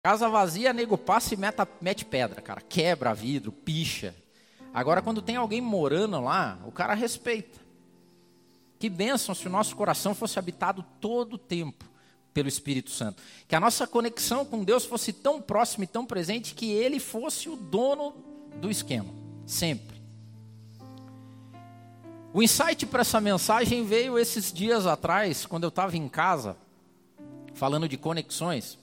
Casa vazia, nego passa e mete pedra, cara. Quebra vidro, picha. Agora, quando tem alguém morando lá, o cara respeita. Que bênção se o nosso coração fosse habitado todo o tempo pelo Espírito Santo. Que a nossa conexão com Deus fosse tão próxima e tão presente que Ele fosse o dono do esquema. Sempre. O insight para essa mensagem veio esses dias atrás, quando eu estava em casa, falando de conexões,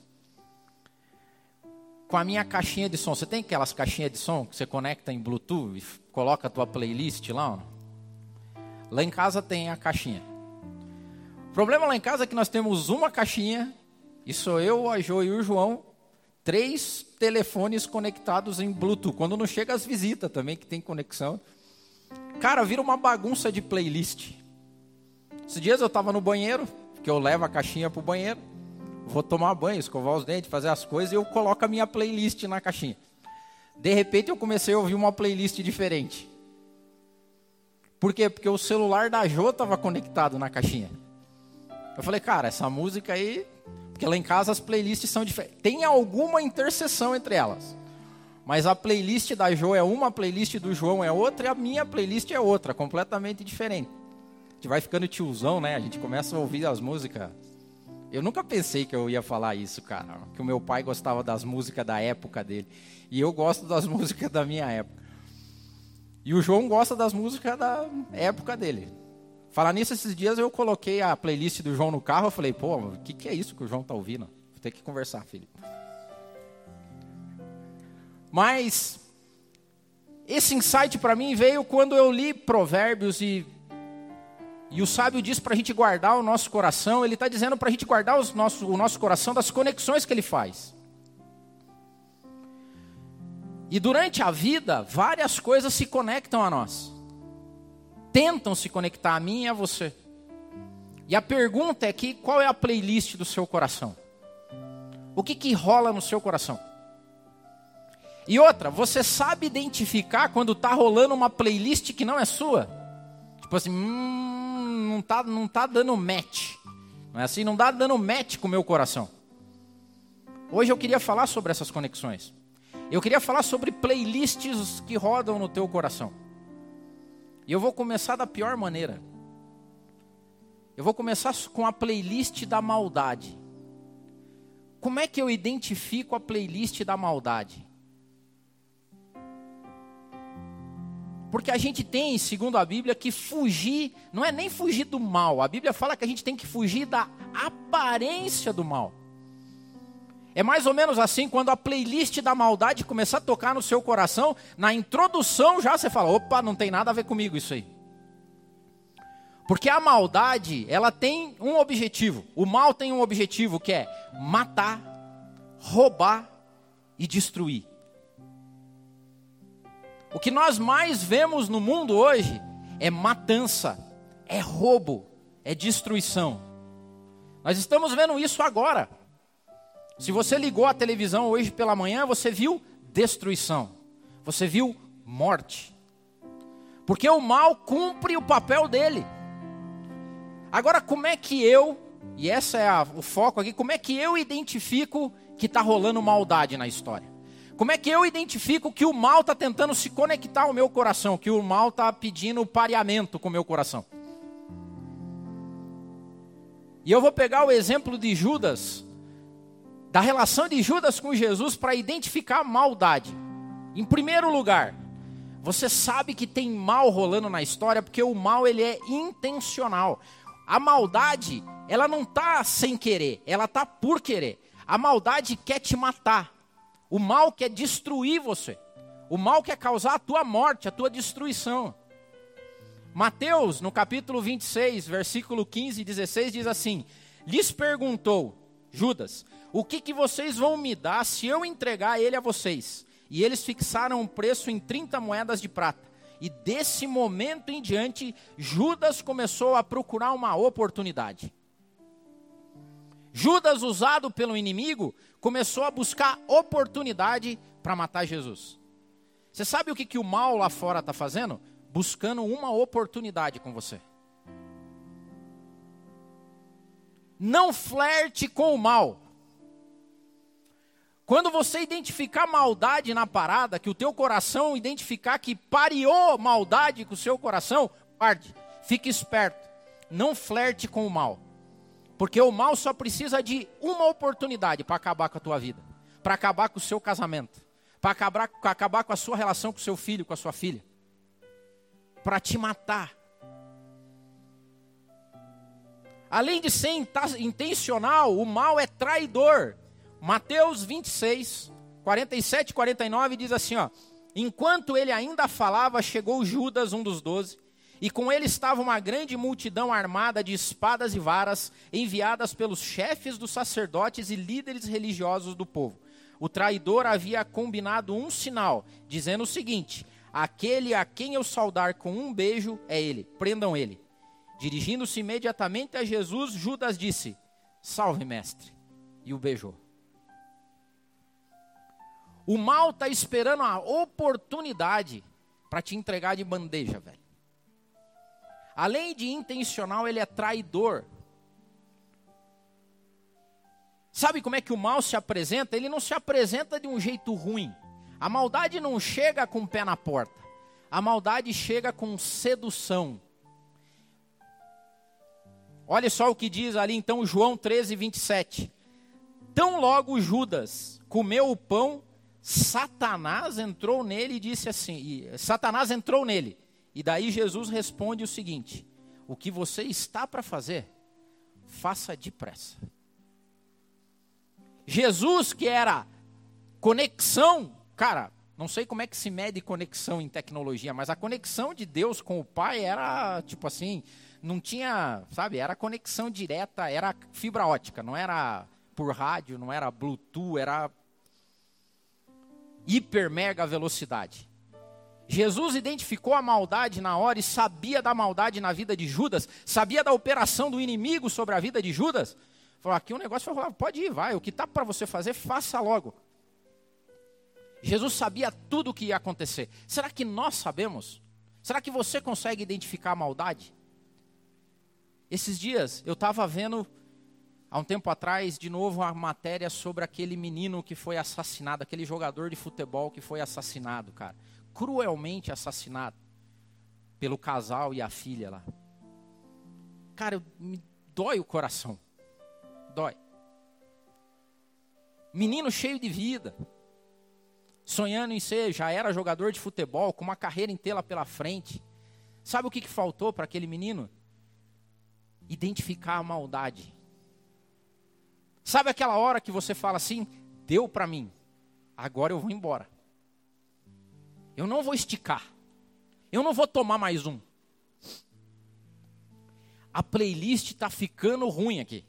com a minha caixinha de som. Você tem aquelas caixinhas de som que você conecta em Bluetooth e coloca a tua playlist lá? Ó? Lá em casa tem a caixinha. O problema lá em casa é que nós temos uma caixinha, e sou eu, a Jo e o João, 3 telefones conectados em Bluetooth. Quando não chega as visitas também, que tem conexão. Cara, vira uma bagunça de playlist. Esses dias eu estava no banheiro, que eu levo a caixinha para o banheiro, vou tomar banho, escovar os dentes, fazer as coisas, e eu coloco a minha playlist na caixinha. De repente eu comecei a ouvir uma playlist diferente. Por quê? Porque o celular da Jo estava conectado na caixinha. Eu falei, cara, essa música aí... Porque lá em casa as playlists são diferentes. Tem alguma interseção entre elas. Mas a playlist da Jo é uma, a playlist do João é outra, e a minha playlist é outra, completamente diferente. A gente vai ficando tiozão, né? A gente começa a ouvir as músicas. Eu nunca pensei que eu ia falar isso, cara. Que o meu pai gostava das músicas da época dele. E eu gosto das músicas da minha época. E o João gosta das músicas da época dele. Falar nisso, esses dias eu coloquei a playlist do João no carro. Eu falei, pô, o que é isso que o João tá ouvindo? Vou ter que conversar, filho. Mas esse insight para mim veio quando eu li Provérbios e o sábio diz para a gente guardar o nosso coração. Ele está dizendo para a gente guardar o nosso coração das conexões que ele faz. E durante a vida, várias coisas se conectam a nós. Tentam se conectar a mim e a você. E a pergunta é que, qual é a playlist do seu coração? O que rola no seu coração? E outra, você sabe identificar quando está rolando uma playlist que não é sua? Tipo assim, não tá dando match. Não é assim? Não dá dando match com o meu coração. Hoje eu queria falar sobre essas conexões. Eu queria falar sobre playlists que rodam no teu coração. E eu vou começar da pior maneira. Eu vou começar com a playlist da maldade. Como é que eu identifico a playlist da maldade? Porque a gente tem, segundo a Bíblia, que fugir, não é nem fugir do mal. A Bíblia fala que a gente tem que fugir da aparência do mal. É mais ou menos assim, quando a playlist da maldade começar a tocar no seu coração, na introdução já você fala, opa, não tem nada a ver comigo isso aí. Porque a maldade, ela tem um objetivo. O mal tem um objetivo que é matar, roubar e destruir. O que nós mais vemos no mundo hoje é matança, é roubo, é destruição. Nós estamos vendo isso agora. Se você ligou a televisão hoje pela manhã, você viu destruição. Você viu morte. Porque o mal cumpre o papel dele. Agora, como é que e essa é o foco aqui, como é que eu identifico que está rolando maldade na história? Como é que eu identifico que o mal está tentando se conectar ao meu coração, que o mal está pedindo pareamento com o meu coração? E eu vou pegar o exemplo de Judas, da relação de Judas com Jesus para identificar a maldade. Em primeiro lugar, você sabe que tem mal rolando na história porque o mal ele é intencional. A maldade, ela não está sem querer, ela está por querer. A maldade quer te matar. O mal quer destruir você. O mal quer causar a tua morte, a tua destruição. Mateus, no capítulo 26, versículo 15 e 16, diz assim: lhes perguntou Judas, o que vocês vão me dar se eu entregar ele a vocês? E eles fixaram o preço em 30 moedas de prata. E desse momento em diante, Judas começou a procurar uma oportunidade. Judas, usado pelo inimigo, começou a buscar oportunidade para matar Jesus. Você sabe o que o mal lá fora está fazendo? Buscando uma oportunidade com você. Não flerte com o mal. Quando você identificar maldade na parada, que o teu coração identificar que pareou maldade com o seu coração, guarde, fique esperto, não flerte com o mal. Porque o mal só precisa de uma oportunidade para acabar com a tua vida, para acabar com o seu casamento, para acabar com a sua relação com o seu filho, com a sua filha, para te matar. Além de ser intencional, o mal é traidor. Mateus 26, 47 e 49 diz assim, ó: enquanto ele ainda falava, chegou Judas, um dos 12, e com ele estava uma grande multidão armada de espadas e varas, enviadas pelos chefes dos sacerdotes e líderes religiosos do povo. O traidor havia combinado um sinal, dizendo o seguinte: aquele a quem eu saudar com um beijo é ele, prendam ele. Dirigindo-se imediatamente a Jesus, Judas disse: salve, mestre, e o beijou. O mal está esperando a oportunidade para te entregar de bandeja, velho. Além de intencional, ele é traidor. Sabe como é que o mal se apresenta? Ele não se apresenta de um jeito ruim. A maldade não chega com o pé na porta. A maldade chega com sedução. Olha só o que diz ali então João 13, 27. Tão logo Judas comeu o pão, Satanás entrou nele e disse assim, Satanás entrou nele. E daí Jesus responde o seguinte: o que você está para fazer, faça depressa. Jesus, que era conexão, cara, não sei como é que se mede conexão em tecnologia, mas a conexão de Deus com o Pai era tipo assim, não tinha, sabe, era conexão direta, era fibra ótica, não era por rádio, não era Bluetooth, era hiper mega velocidade. Jesus identificou a maldade na hora e sabia da maldade na vida de Judas, sabia da operação do inimigo sobre a vida de Judas. Falou, aqui um negócio, falou, pode ir, vai, o que está para você fazer, faça logo. Jesus sabia tudo o que ia acontecer. Será que nós sabemos? Será que você consegue identificar a maldade? Esses dias eu estava vendo, há um tempo atrás, de novo uma matéria sobre aquele menino que foi assassinado, aquele jogador de futebol que foi assassinado, cara. Cruelmente assassinado pelo casal e a filha lá. Cara, me dói o coração. Dói. Menino cheio de vida. Sonhando em ser, já era jogador de futebol, com uma carreira inteira pela frente. Sabe o que faltou para aquele menino? Identificar a maldade. Sabe aquela hora que você fala assim, deu para mim, agora eu vou embora. Eu não vou esticar. Eu não vou tomar mais um. A playlist está ficando ruim aqui.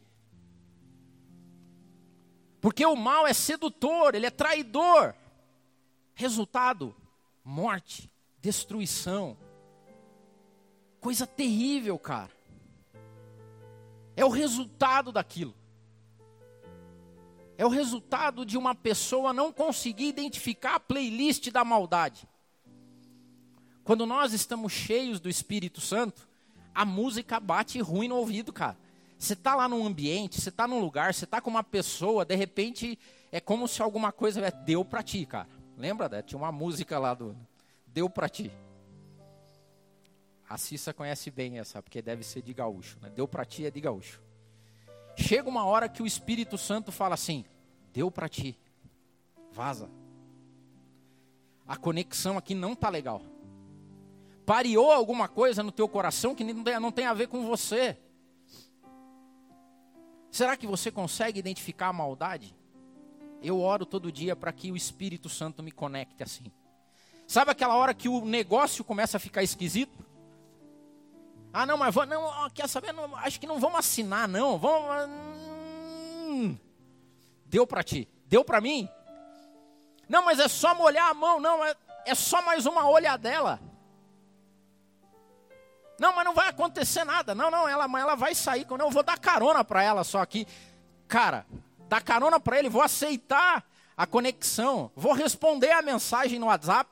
Porque o mal é sedutor, ele é traidor. Resultado, morte, destruição. Coisa terrível, cara. É o resultado daquilo. É o resultado de uma pessoa não conseguir identificar a playlist da maldade. Quando nós estamos cheios do Espírito Santo, a música bate ruim no ouvido, cara. Você está lá num ambiente, você está num lugar, você está com uma pessoa, de repente é como se alguma coisa deu para ti, cara. Lembra, né? Tinha uma música lá do Deu para ti. A Cissa conhece bem essa, porque deve ser de gaúcho, né? Deu para ti é de gaúcho. Chega uma hora que o Espírito Santo fala assim, deu para ti, vaza. A conexão aqui não tá legal. Pareou alguma coisa no teu coração que não tem a ver com você. Será que você consegue identificar a maldade? Eu oro todo dia para que o Espírito Santo me conecte assim. Sabe aquela hora que o negócio começa a ficar esquisito? Ah, não, mas não, quer saber? Não, acho que não vamos assinar, não. Deu para ti, deu para mim. Não, mas é só molhar a mão. Não, é só mais uma olhadela. Não, mas não vai acontecer nada. Não, ela vai sair. Eu vou dar carona para ela só aqui. Cara, dar carona para ele, vou aceitar a conexão. Vou responder a mensagem no WhatsApp.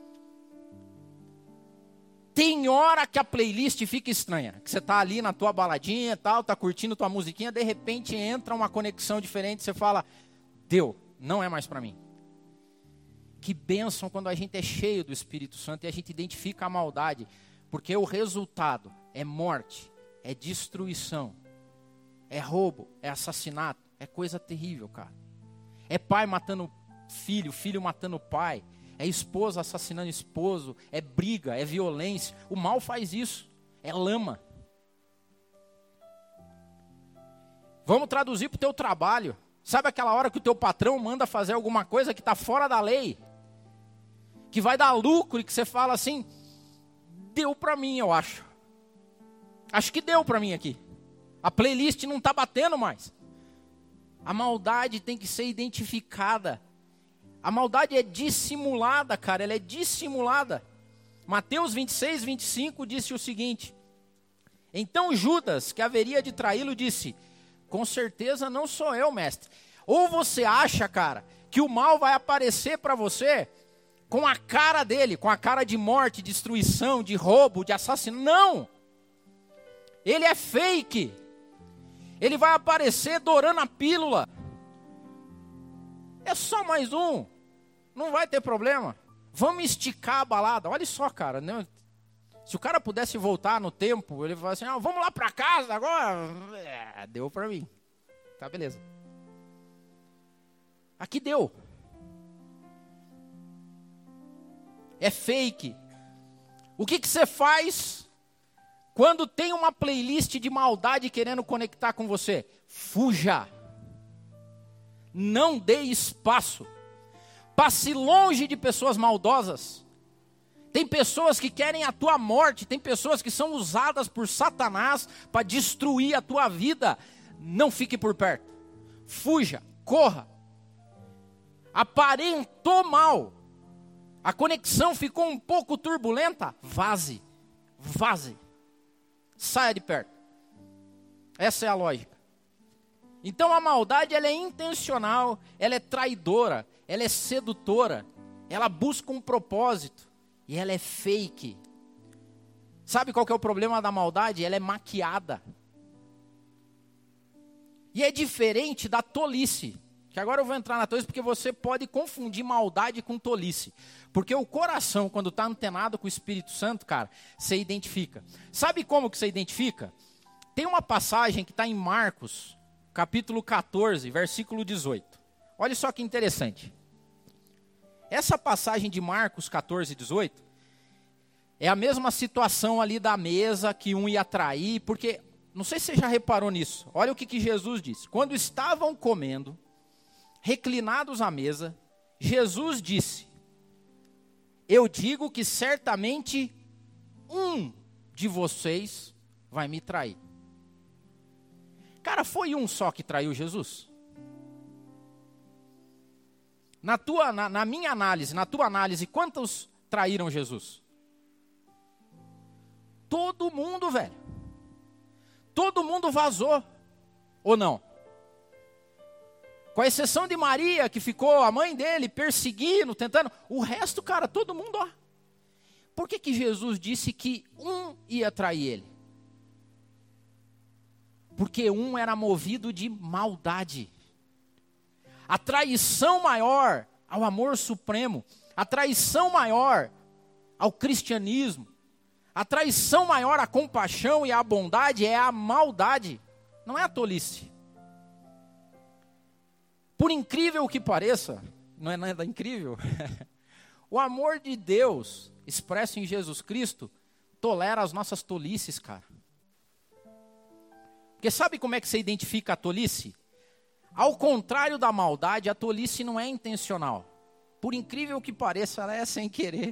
Tem hora que a playlist fica estranha. Que você tá ali na tua baladinha e tal, tá curtindo tua musiquinha, de repente entra uma conexão diferente, você fala, deu, não é mais para mim. Que bênção quando a gente é cheio do Espírito Santo e a gente identifica a maldade, porque o resultado é morte, é destruição, é roubo, é assassinato, é coisa terrível, cara. É pai matando filho, filho matando pai, é esposa assassinando esposo, é briga, é violência. O mal faz isso, é lama. Vamos traduzir para o teu trabalho. Sabe aquela hora que o teu patrão manda fazer alguma coisa que está fora da lei? Que vai dar lucro e que você fala assim, deu para mim, eu acho. Acho que deu para mim aqui. A playlist não está batendo mais. A maldade tem que ser identificada. A maldade é dissimulada, cara, ela é dissimulada. Mateus 26, 25 disse o seguinte: então Judas, que haveria de traí-lo, disse, com certeza não sou eu, mestre. Ou você acha, cara, que o mal vai aparecer para você com a cara dele, com a cara de morte, destruição, de roubo, de assassino? Não! Ele é fake. Ele vai aparecer dourando a pílula. É só mais um. Não vai ter problema. Vamos esticar a balada. Olha só, cara, né? Se o cara pudesse voltar no tempo, ele fala assim, vamos lá para casa agora. Deu para mim. Tá, beleza. Aqui deu. É fake. O que você faz quando tem uma playlist de maldade querendo conectar com você? Fuja. Não dê espaço. Passe longe de pessoas maldosas. Tem pessoas que querem a tua morte. Tem pessoas que são usadas por Satanás para destruir a tua vida. Não fique por perto. Fuja, corra. Aparentou mal. A conexão ficou um pouco turbulenta. Vaze. Vaze. Saia de perto. Essa é a lógica. Então a maldade, ela é intencional, ela é traidora, ela é sedutora, ela busca um propósito e ela é fake. Sabe qual que é o problema da maldade? Ela é maquiada. E é diferente da tolice. Que agora eu vou entrar na tolice porque você pode confundir maldade com tolice. Porque o coração, quando está antenado com o Espírito Santo, cara, você identifica. Sabe como que você identifica? Tem uma passagem que está em Marcos, capítulo 14, versículo 18. Olha só que interessante. Essa passagem de Marcos 14, 18, é a mesma situação ali da mesa que um ia trair, porque, não sei se você já reparou nisso, olha o que Jesus disse. Quando estavam comendo, reclinados à mesa, Jesus disse, eu digo que certamente um de vocês vai me trair. Cara, foi um só que traiu Jesus? Na minha análise, na tua análise, quantos traíram Jesus? Todo mundo, velho. Todo mundo vazou. Ou não? Com a exceção de Maria, que ficou a mãe dele perseguindo, tentando. O resto, cara, todo mundo, ó. Por que Jesus disse que um ia trair ele? Porque um era movido de maldade. A traição maior ao amor supremo, a traição maior ao cristianismo, a traição maior à compaixão e à bondade é a maldade, não é a tolice. Por incrível que pareça, não é nada incrível, o amor de Deus expresso em Jesus Cristo tolera as nossas tolices, cara. Porque sabe como é que você identifica a tolice? Ao contrário da maldade, a tolice não é intencional. Por incrível que pareça, ela é sem querer.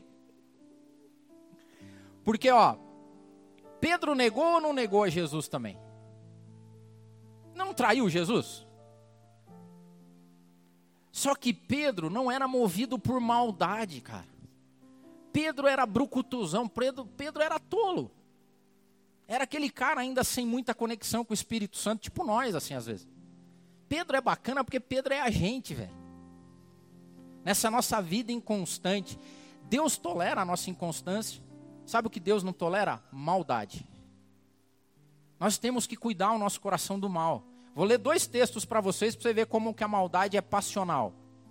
Porque, Pedro negou ou não negou a Jesus também? Não traiu Jesus? Só que Pedro não era movido por maldade, cara. Pedro era brucutuzão, Pedro era tolo. Era aquele cara ainda sem muita conexão com o Espírito Santo, tipo nós, assim, às vezes. Pedro é bacana porque Pedro é a gente, velho. Nessa nossa vida inconstante, Deus tolera a nossa inconstância. Sabe o que Deus não tolera? Maldade. Nós temos que cuidar o nosso coração do mal. Vou ler 2 textos para vocês, para você ver como que a maldade é passional.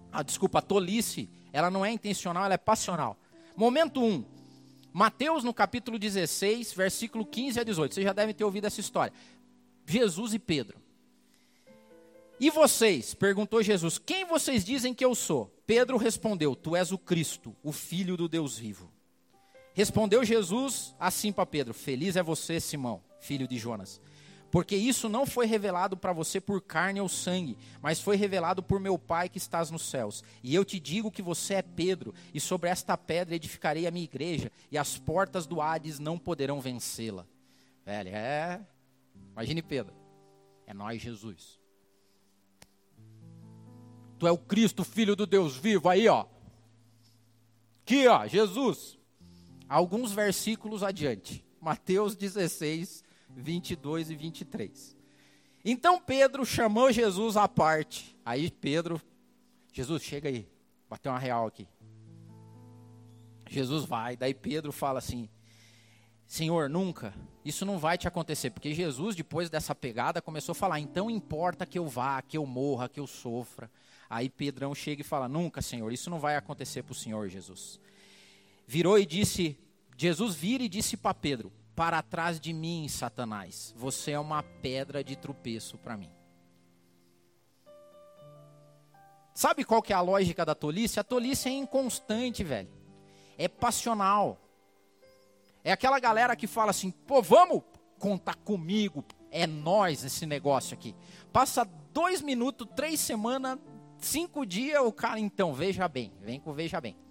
A tolice, ela não é intencional, ela é passional. Momento 1. Mateus no capítulo 16, versículo 15 a 18. Vocês já devem ter ouvido essa história. Jesus e Pedro. E vocês? Perguntou Jesus. Quem vocês dizem que eu sou? Pedro respondeu. Tu és o Cristo, o Filho do Deus vivo. Respondeu Jesus assim para Pedro. Feliz é você, Simão, filho de Jonas. Porque isso não foi revelado para você por carne ou sangue, mas foi revelado por meu Pai que estás nos céus. E eu te digo que você é Pedro, e sobre esta pedra edificarei a minha igreja, e as portas do Hades não poderão vencê-la. Velho, imagine Pedro. É nós, Jesus. Tu é o Cristo, Filho do Deus vivo, aí ó. Aqui ó, Jesus. Alguns versículos adiante. Mateus 16, 22 e 23. Então Pedro chamou Jesus à parte. Aí Pedro, Jesus, chega aí, bateu uma real aqui. Jesus vai, daí Pedro fala assim, Senhor, nunca, isso não vai te acontecer. Porque Jesus, depois dessa pegada, começou a falar, então importa que eu vá, que eu morra, que eu sofra. Aí Pedrão chega e fala, nunca, Senhor, isso não vai acontecer para o Senhor, Jesus. Virou e disse, Jesus vira e disse para Pedro, para trás de mim, Satanás, você é uma pedra de tropeço para mim. Sabe qual que é a lógica da tolice? A tolice é inconstante, velho. É passional. É aquela galera que fala assim, pô, vamos contar comigo, é nós esse negócio aqui. Passa 2 minutos, 3 semanas, 5 dias, o cara, então, veja bem, vem com veja bem.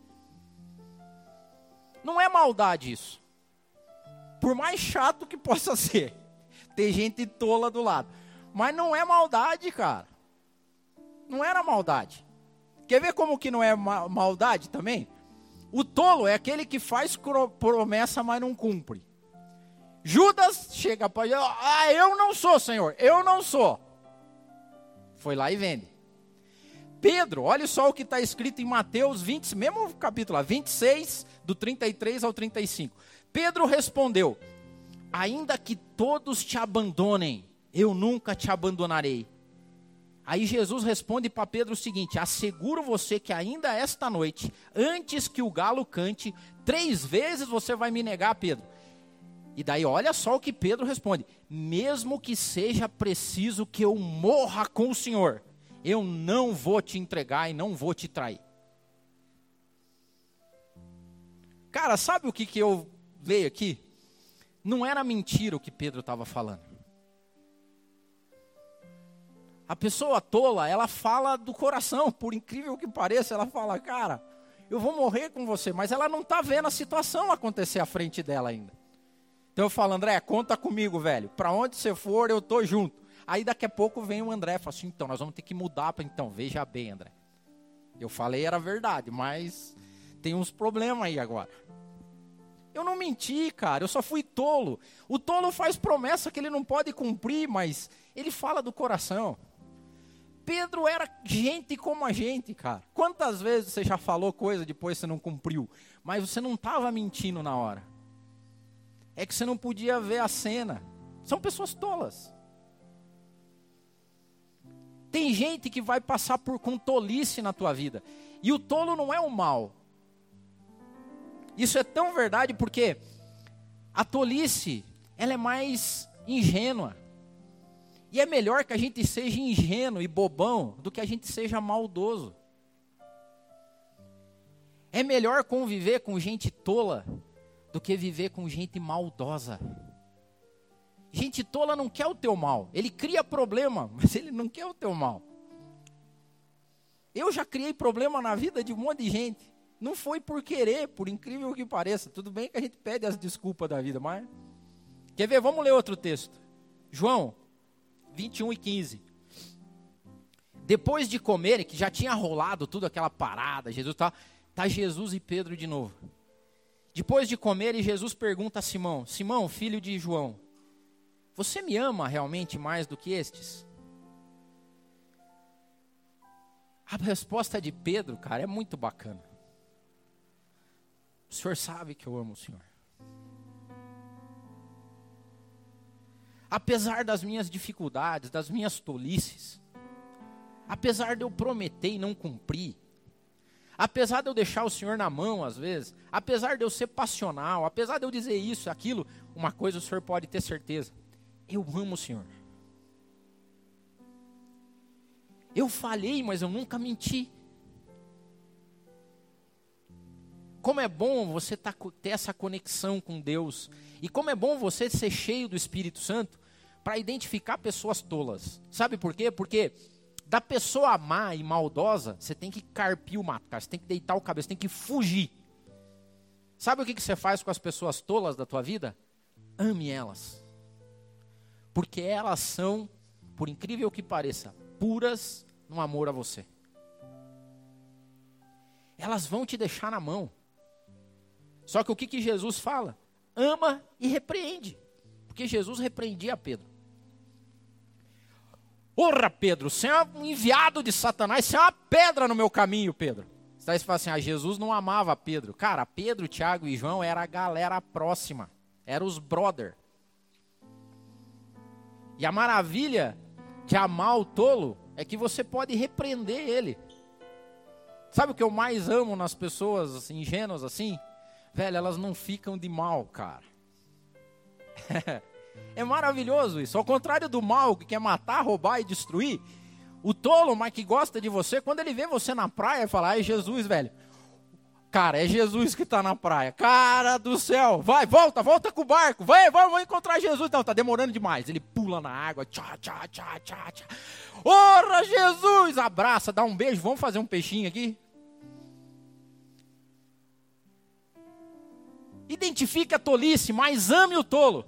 Não é maldade isso. Por mais chato que possa ser, ter gente tola do lado. Mas não é maldade, cara. Não era maldade. Quer ver como que não é maldade também? O tolo é aquele que faz promessa, mas não cumpre. Judas chega para ele, eu não sou, Senhor, eu não sou. Foi lá e vende. Pedro, olha só o que está escrito em Mateus 20, mesmo capítulo, 26, do 33 ao 35. Pedro respondeu, ainda que todos te abandonem, eu nunca te abandonarei. Aí Jesus responde para Pedro o seguinte, asseguro você que ainda esta noite, antes que o galo cante, 3 vezes você vai me negar, Pedro. E daí olha só o que Pedro responde, mesmo que seja preciso que eu morra com o Senhor, eu não vou te entregar e não vou te trair. Cara, sabe o que eu leio aqui? Não era mentira o que Pedro estava falando. A pessoa tola, ela fala do coração, por incrível que pareça, ela fala, cara, eu vou morrer com você, mas ela não está vendo a situação acontecer à frente dela ainda. Então eu falo, André, conta comigo, velho, para onde você for, eu tô junto. Aí daqui a pouco vem o André e fala assim, então, nós vamos ter que mudar para então, veja bem, André. Eu falei, era verdade, mas tem uns problemas aí agora. Eu não menti, cara, eu só fui tolo. O tolo faz promessa que ele não pode cumprir, mas ele fala do coração. Pedro era gente como a gente, cara. Quantas vezes você já falou coisa depois você não cumpriu, mas você não estava mentindo na hora. É que você não podia ver a cena. São pessoas tolas. Tem gente que vai passar com tolice na tua vida. E o tolo não é o mal. Isso é tão verdade porque a tolice, ela é mais ingênua. E é melhor que a gente seja ingênuo e bobão do que a gente seja maldoso. É melhor conviver com gente tola do que viver com gente maldosa. Gente tola não quer o teu mal. Ele cria problema, mas ele não quer o teu mal. Eu já criei problema na vida de um monte de gente. Não foi por querer, por incrível que pareça. Tudo bem que a gente pede as desculpas da vida, mas... Quer ver? Vamos ler outro texto. João 21 e 15. Depois de comerem, que já tinha rolado tudo aquela parada, Jesus tá Jesus e Pedro de novo. Depois de comerem, Jesus pergunta a Simão, Simão, filho de João, você me ama realmente mais do que estes? A resposta de Pedro, cara, é muito bacana. O Senhor sabe que eu amo o Senhor. Apesar das minhas dificuldades, das minhas tolices, apesar de eu prometer e não cumprir, apesar de eu deixar o Senhor na mão às vezes, apesar de eu ser passional, apesar de eu dizer isso, aquilo, uma coisa o Senhor pode ter certeza, eu amo o Senhor. Eu falhei, mas eu nunca menti. Como é bom você ter essa conexão com Deus. E como é bom você ser cheio do Espírito Santo para identificar pessoas tolas. Sabe por quê? Porque da pessoa má e maldosa, você tem que carpir o mato, cara. Você tem que deitar o cabelo, você tem que fugir. Sabe o que você faz com as pessoas tolas da tua vida? Ame elas. Porque elas são, por incrível que pareça, puras no amor a você. Elas vão te deixar na mão. Só que o que Jesus fala? Ama e repreende. Porque Jesus repreendia Pedro. Porra, Pedro, você é um enviado de Satanás, você é uma pedra no meu caminho, Pedro. Você fala assim, Jesus não amava Pedro. Cara, Pedro, Tiago e João era a galera próxima. Eram os brother. E a maravilha de amar o tolo é que você pode repreender ele. Sabe o que eu mais amo nas pessoas assim, ingênuas assim? Velho, elas não ficam de mal, cara. É maravilhoso isso. Ao contrário do mal, que quer matar, roubar e destruir, o tolo, mas que gosta de você, quando ele vê você na praia, ele fala, ai, Jesus, velho. Cara, é Jesus que está na praia. Cara do céu, vai, volta com o barco. Vai, vamos encontrar Jesus. Não, tá demorando demais. Ele pula na água, tchá. Ora, Jesus! Abraça, dá um beijo, vamos fazer um peixinho aqui. Identifique a tolice, mas ame o tolo.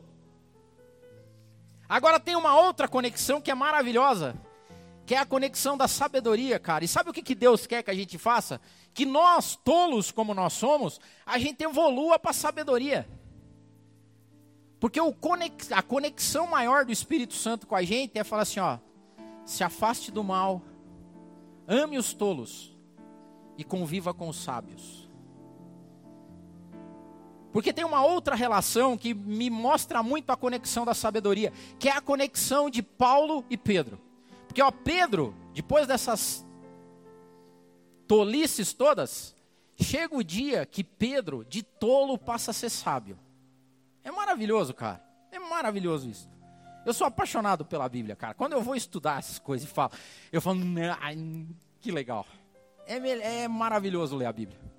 Agora tem uma outra conexão que é maravilhosa, que é a conexão da sabedoria, cara. E sabe o que Deus quer que a gente faça? Que nós, tolos como nós somos, a gente evolua para a sabedoria. Porque a conexão maior do Espírito Santo com a gente é falar assim, ó, se afaste do mal, ame os tolos e conviva com os sábios. Porque tem uma outra relação que me mostra muito a conexão da sabedoria, que é a conexão de Paulo e Pedro. Porque, ó, Pedro, depois dessas tolices todas, chega o dia que Pedro, de tolo, passa a ser sábio. É maravilhoso, cara. É maravilhoso isso. Eu sou apaixonado pela Bíblia, cara. Quando eu vou estudar essas coisas e falo, que legal. É maravilhoso ler a Bíblia.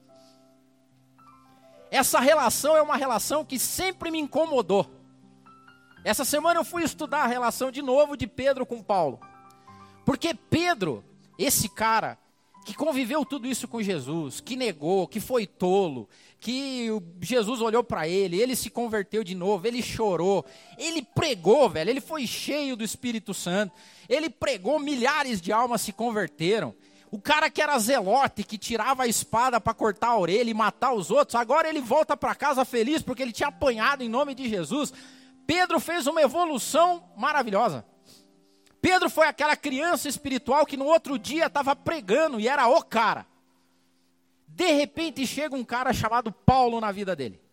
Essa relação é uma relação que sempre me incomodou. Essa semana eu fui estudar a relação de novo de Pedro com Paulo. Porque Pedro, esse cara que conviveu tudo isso com Jesus, que negou, que foi tolo, que Jesus olhou para ele se converteu de novo, ele chorou, ele pregou, velho, ele foi cheio do Espírito Santo, ele pregou, milhares de almas se converteram. O cara que era zelote, que tirava a espada para cortar a orelha e matar os outros, agora ele volta para casa feliz porque ele tinha apanhado em nome de Jesus. Pedro fez uma evolução maravilhosa. Pedro foi aquela criança espiritual que no outro dia estava pregando e era o cara. De repente chega um cara chamado Paulo na vida dele.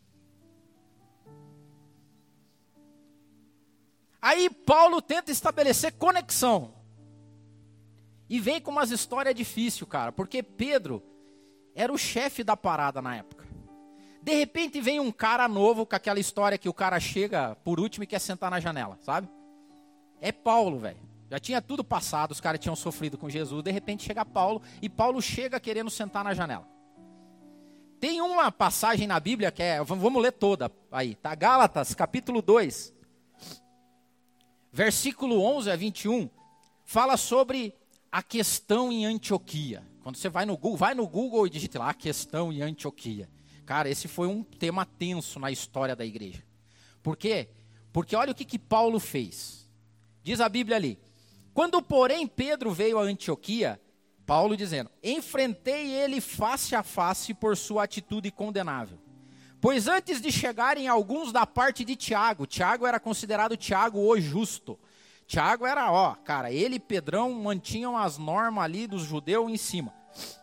Aí Paulo tenta estabelecer conexão. E vem com umas histórias difíceis, cara, porque Pedro era o chefe da parada na época. De repente vem um cara novo com aquela história que o cara chega por último e quer sentar na janela, sabe? É Paulo, velho. Já tinha tudo passado, os caras tinham sofrido com Jesus, de repente chega Paulo e Paulo chega querendo sentar na janela. Tem uma passagem na Bíblia que é, vamos ler toda aí, tá? Gálatas, capítulo 2, versículo 11 a 21, fala sobre a questão em Antioquia. Quando você vai no Google e digita lá, a questão em Antioquia. Cara, esse foi um tema tenso na história da igreja. Por quê? Porque olha o que Paulo fez. Diz a Bíblia ali. Quando, porém, Pedro veio a Antioquia, Paulo dizendo, enfrentei ele face a face por sua atitude condenável. Pois antes de chegarem alguns da parte de Tiago, Tiago era considerado Tiago o justo. Tiago era, cara, ele e Pedrão mantinham as normas ali dos judeus em cima.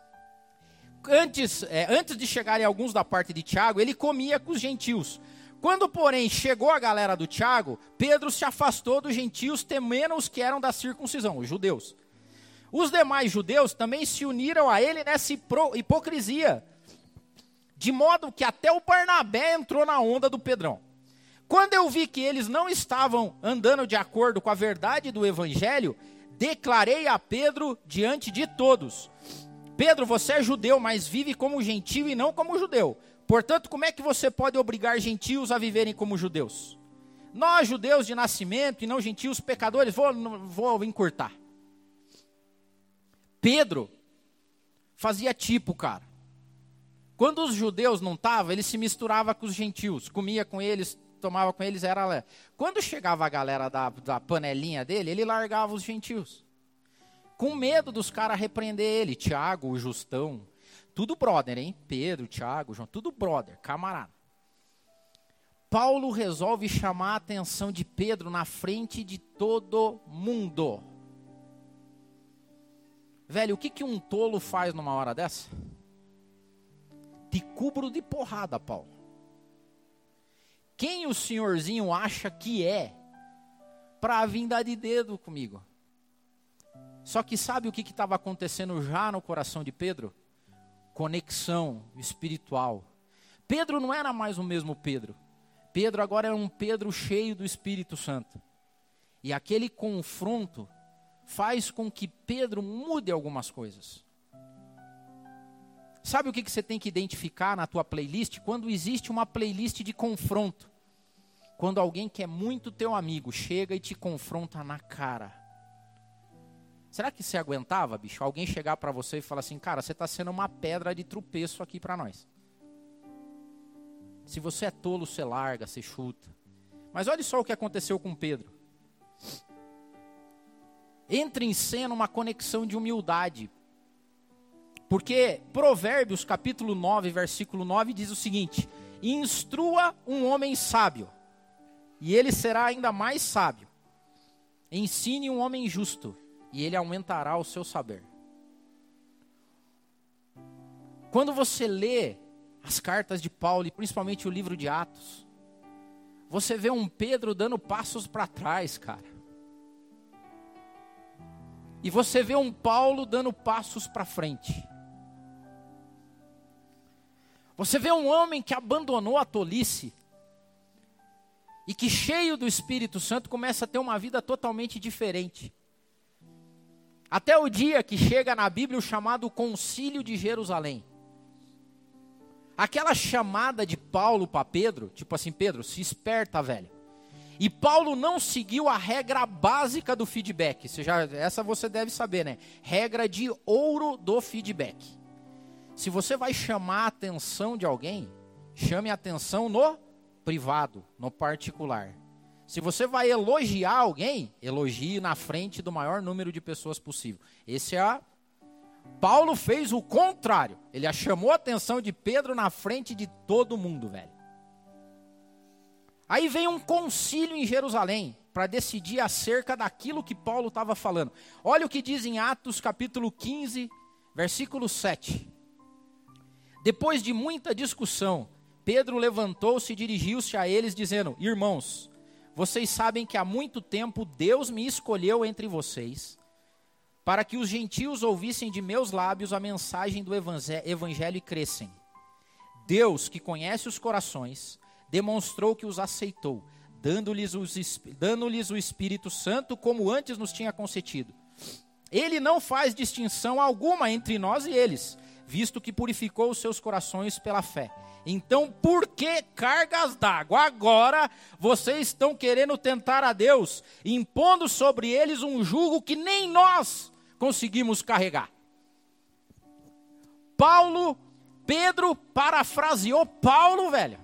Antes de chegarem alguns da parte de Tiago, ele comia com os gentios. Quando, porém, chegou a galera do Tiago, Pedro se afastou dos gentios, temendo os que eram da circuncisão, os judeus. Os demais judeus também se uniram a ele nessa hipocrisia, de modo que até o Barnabé entrou na onda do Pedrão. Quando eu vi que eles não estavam andando de acordo com a verdade do evangelho, declarei a Pedro diante de todos: Pedro, você é judeu, mas vive como gentio e não como judeu. Portanto, como é que você pode obrigar gentios a viverem como judeus? Nós, judeus de nascimento e não gentios pecadores, vou encurtar. Pedro fazia tipo, cara. Quando os judeus não estavam, ele se misturava com os gentios, comia com eles, tomava com eles, era... Quando chegava a galera da panelinha dele, ele largava os gentios. Com medo dos caras repreender ele. Tiago, o Justão, tudo brother, hein? Pedro, Tiago, João, tudo brother, camarada. Paulo resolve chamar a atenção de Pedro na frente de todo mundo. Velho, o que um tolo faz numa hora dessa? Te cubro de porrada, Paulo. Quem o senhorzinho acha que é para vir dar de dedo comigo? Só que sabe o que estava acontecendo já no coração de Pedro? Conexão espiritual. Pedro não era mais o mesmo Pedro. Pedro agora era um Pedro cheio do Espírito Santo. E aquele confronto faz com que Pedro mude algumas coisas. Sabe o que você tem que identificar na tua playlist? Quando existe uma playlist de confronto. Quando alguém que é muito teu amigo chega e te confronta na cara. Será que você aguentava, bicho? Alguém chegar para você e falar assim, cara, você está sendo uma pedra de tropeço aqui para nós. Se você é tolo, você larga, você chuta. Mas olha só o que aconteceu com Pedro. Entra em cena uma conexão de humildade. Porque Provérbios capítulo 9, versículo 9 diz o seguinte: instrua um homem sábio, e ele será ainda mais sábio. Ensine um homem justo, e ele aumentará o seu saber. Quando você lê as cartas de Paulo, e principalmente o livro de Atos, você vê um Pedro dando passos para trás, cara. E você vê um Paulo dando passos para frente. Você vê um homem que abandonou a tolice e que, cheio do Espírito Santo, começa a ter uma vida totalmente diferente. Até o dia que chega na Bíblia o chamado Concílio de Jerusalém. Aquela chamada de Paulo para Pedro, tipo assim, Pedro, se esperta, velho. E Paulo não seguiu a regra básica do feedback. Essa você deve saber, né? Regra de ouro do feedback. Se você vai chamar a atenção de alguém, chame a atenção no privado, no particular. Se você vai elogiar alguém, elogie na frente do maior número de pessoas possível. Paulo fez o contrário. Ele chamou a atenção de Pedro na frente de todo mundo, velho. Aí vem um concílio em Jerusalém para decidir acerca daquilo que Paulo estava falando. Olha o que diz em Atos capítulo 15, versículo 7. Depois de muita discussão, Pedro levantou-se e dirigiu-se a eles dizendo: irmãos, vocês sabem que há muito tempo Deus me escolheu entre vocês para que os gentios ouvissem de meus lábios a mensagem do evangelho e crescem. Deus, que conhece os corações, demonstrou que os aceitou, dando-lhes o Espírito Santo como antes nos tinha concedido. Ele não faz distinção alguma entre nós e eles, visto que purificou os seus corações pela fé. Então, por que cargas d'água? Agora vocês estão querendo tentar a Deus, impondo sobre eles um jugo que nem nós conseguimos carregar. Pedro parafraseou Paulo, velho.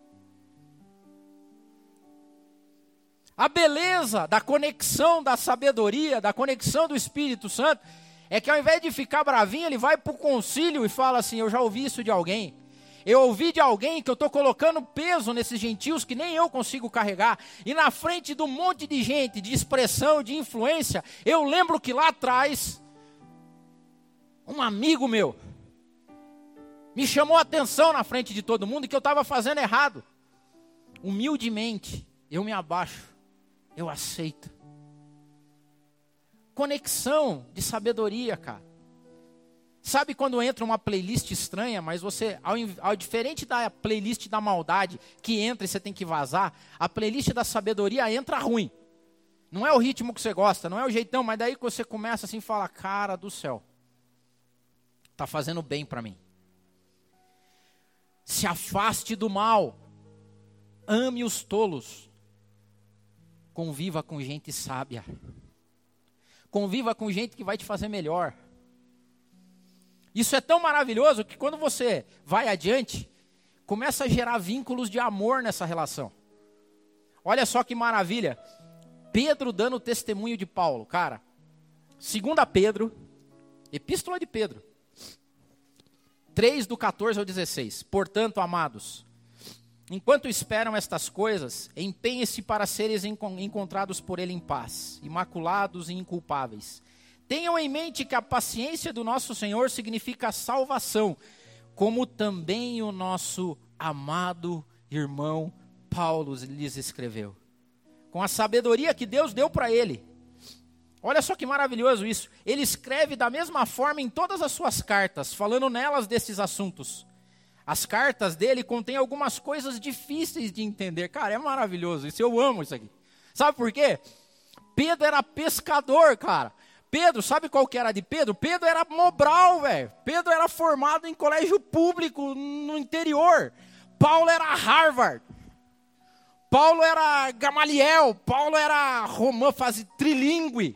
A beleza da conexão da sabedoria, da conexão do Espírito Santo, é que ao invés de ficar bravinho, ele vai para o concílio e fala assim: eu já ouvi isso de alguém. Eu ouvi de alguém que eu estou colocando peso nesses gentios que nem eu consigo carregar. E na frente de um monte de gente, de expressão, de influência, eu lembro que lá atrás, um amigo meu me chamou a atenção na frente de todo mundo que eu estava fazendo errado. Humildemente, eu me abaixo. Eu aceito. conexão de sabedoria, cara. Sabe quando entra uma playlist estranha, mas você, ao diferente da playlist da maldade, que entra e você tem que vazar, a playlist da sabedoria entra ruim. Não é o ritmo que você gosta, não é o jeitão, mas daí que você começa assim e fala, cara do céu, tá fazendo bem para mim. Se afaste do mal, ame os tolos, conviva com gente sábia, conviva com gente que vai te fazer melhor. Isso é tão maravilhoso que quando você vai adiante, começa a gerar vínculos de amor nessa relação. Olha só que maravilha. Pedro dando testemunho de Paulo. Cara, 2 Pedro, Epístola de Pedro, 3 do 14 ao 16. Portanto, amados, enquanto esperam estas coisas, empenhem-se para serem encontrados por ele em paz, imaculados e inculpáveis. Tenham em mente que a paciência do nosso Senhor significa salvação, como também o nosso amado irmão Paulo lhes escreveu. Com a sabedoria que Deus deu para ele. Olha só que maravilhoso isso. Ele escreve da mesma forma em todas as suas cartas, falando nelas desses assuntos. As cartas dele contêm algumas coisas difíceis de entender. Cara, é maravilhoso isso, eu amo isso aqui. Sabe por quê? Pedro era pescador, cara. Pedro, sabe qual que era de Pedro? Pedro era Mobral, velho. Pedro era formado em colégio público no interior. Paulo era Harvard. Paulo era Gamaliel. Paulo era romã, fase trilingue.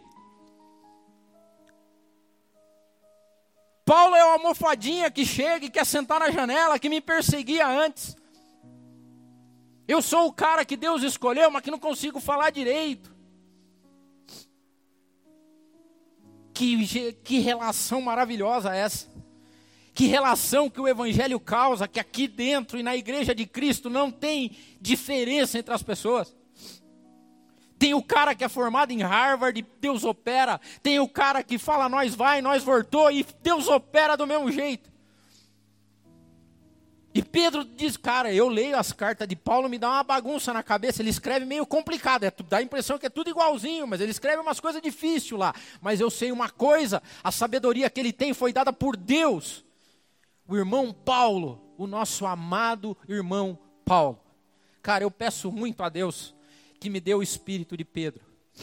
Paulo é uma almofadinha que chega e quer sentar na janela, que me perseguia antes. Eu sou o cara que Deus escolheu, mas que não consigo falar direito. Que relação maravilhosa essa. Que relação que o Evangelho causa, que aqui dentro e na igreja de Cristo não tem diferença entre as pessoas. Tem o cara que é formado em Harvard e Deus opera. Tem o cara que fala nós vai, nós voltou e Deus opera do mesmo jeito. E Pedro diz, cara, eu leio as cartas de Paulo, me dá uma bagunça na cabeça, ele escreve meio complicado, dá a impressão que é tudo igualzinho, mas ele escreve umas coisas difíceis lá. Mas eu sei uma coisa, a sabedoria que ele tem foi dada por Deus. O irmão Paulo, o nosso amado irmão Paulo. Cara, eu peço muito a Deus que me dê o espírito de Pedro.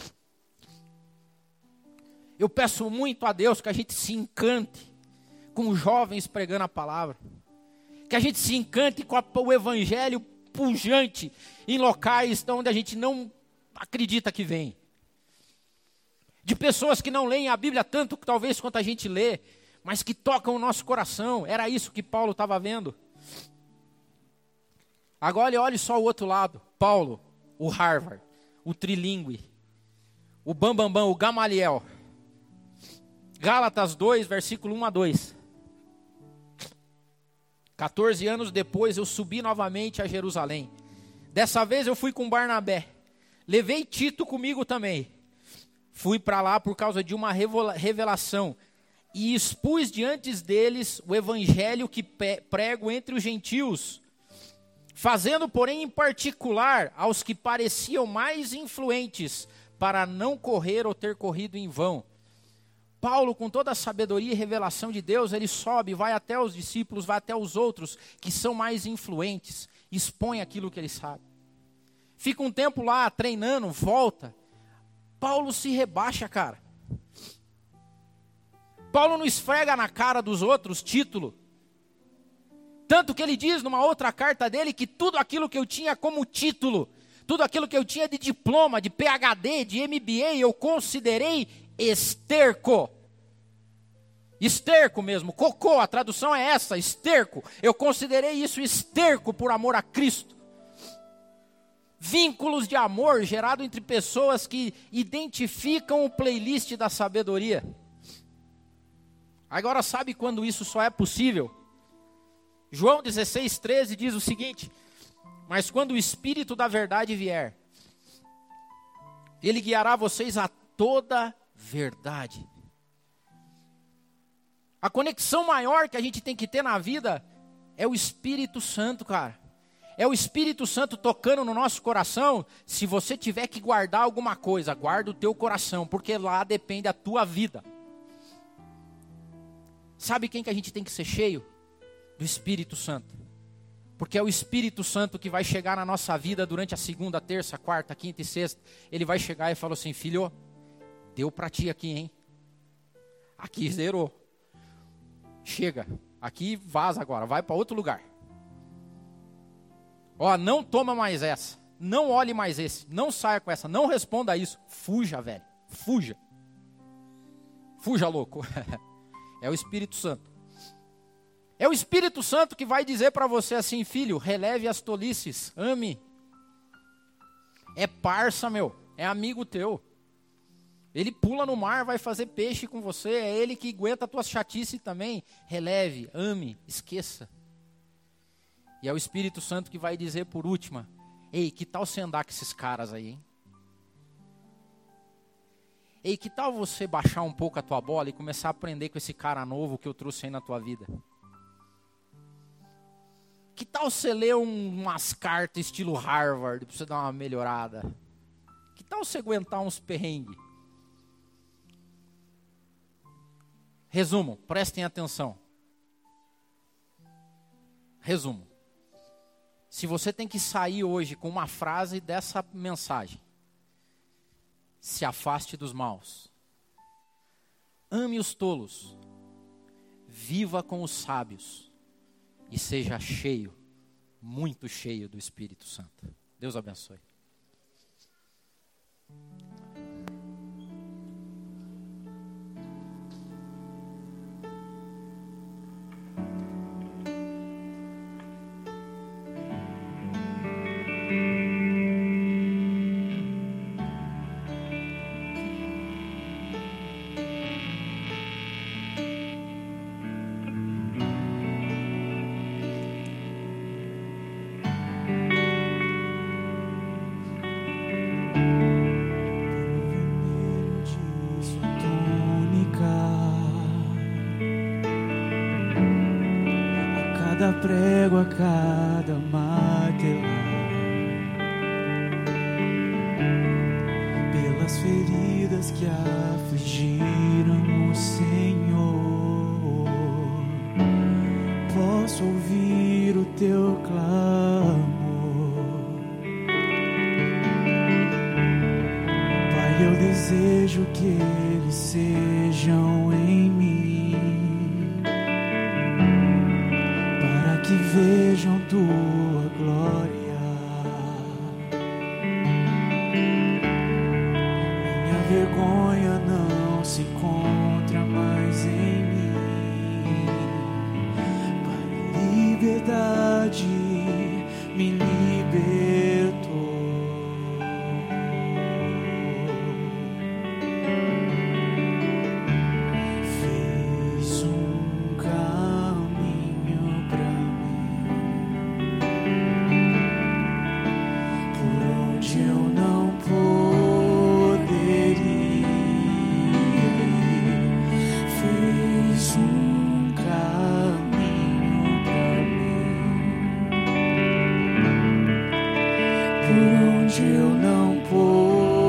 Eu peço muito a Deus que a gente se encante com jovens pregando a palavra. Que a gente se encante com o evangelho pujante em locais onde a gente não acredita que vem. De pessoas que não leem a Bíblia tanto talvez quanto a gente lê, mas que tocam o nosso coração. Era isso que Paulo estava vendo. Agora olhe só o outro lado. Paulo, o Harvard, o trilingue, o Bambambam, o Gamaliel. Gálatas 2, versículo 1 a 2. 14 anos depois eu subi novamente a Jerusalém. Dessa vez eu fui com Barnabé. Levei Tito comigo também. Fui para lá por causa de uma revelação. E expus diante deles o evangelho que prego entre os gentios. Fazendo, porém, em particular aos que pareciam mais influentes, para não correr ou ter corrido em vão. Paulo, com toda a sabedoria e revelação de Deus, ele sobe, vai até os discípulos, vai até os outros que são mais influentes, expõe aquilo que ele sabe. Fica um tempo lá treinando, volta. Paulo se rebaixa, cara. Paulo não esfrega na cara dos outros título. Tanto que ele diz numa outra carta dele que tudo aquilo que eu tinha como título, tudo aquilo que eu tinha de diploma, de PhD, de MBA, eu considerei esterco. Esterco mesmo, cocô, a tradução é essa, esterco. Eu considerei isso esterco por amor a Cristo. Vínculos de amor gerado entre pessoas que identificam o playlist da sabedoria. Agora sabe quando isso só é possível? João 16:13 diz o seguinte: mas quando o Espírito da verdade vier, ele guiará vocês a toda verdade. A conexão maior que a gente tem que ter na vida é o Espírito Santo, cara. É o Espírito Santo tocando no nosso coração. Se você tiver que guardar alguma coisa, guarda o teu coração, porque lá depende a tua vida. Sabe quem que a gente tem que ser cheio? Do Espírito Santo. Porque é o Espírito Santo que vai chegar na nossa vida durante a segunda, terça, quarta, quinta e sexta. Ele vai chegar e falar assim: filho, deu pra ti aqui, hein? Aqui zerou. Chega, aqui vaza agora, vai para outro lugar. Ó, não toma mais essa, não olhe mais esse, não saia com essa, não responda isso. Fuja, velho, fuja. Fuja, louco. É o Espírito Santo. É o Espírito Santo que vai dizer para você assim: filho, releve as tolices, ame. É parça, meu, é amigo teu. Ele pula no mar, vai fazer peixe com você, é ele que aguenta a tua chatice também. Releve, ame, esqueça. E é o Espírito Santo que vai dizer por última: ei, que tal você andar com esses caras aí, hein? Ei, que tal você baixar um pouco a tua bola e começar a aprender com esse cara novo que eu trouxe aí na tua vida? Que tal você ler umas cartas estilo Harvard para você dar uma melhorada? Que tal você aguentar uns perrengues? Resumo, prestem atenção. Resumo. Se você tem que sair hoje com uma frase dessa mensagem: se afaste dos maus, ame os tolos, viva com os sábios e seja cheio, muito cheio do Espírito Santo. Deus abençoe. cada prego, a cada martelar, pelas feridas que afligiram o Senhor, posso ouvir o teu clamor. Pai, eu desejo que eles sejam em mim, que vejam tua glória. Minha vergonha não se encontra mais em mim. Pai, liberdade me libertou. Fez um caminho pra eu não poderia ir, fez um caminho pra mim, por onde eu não poderia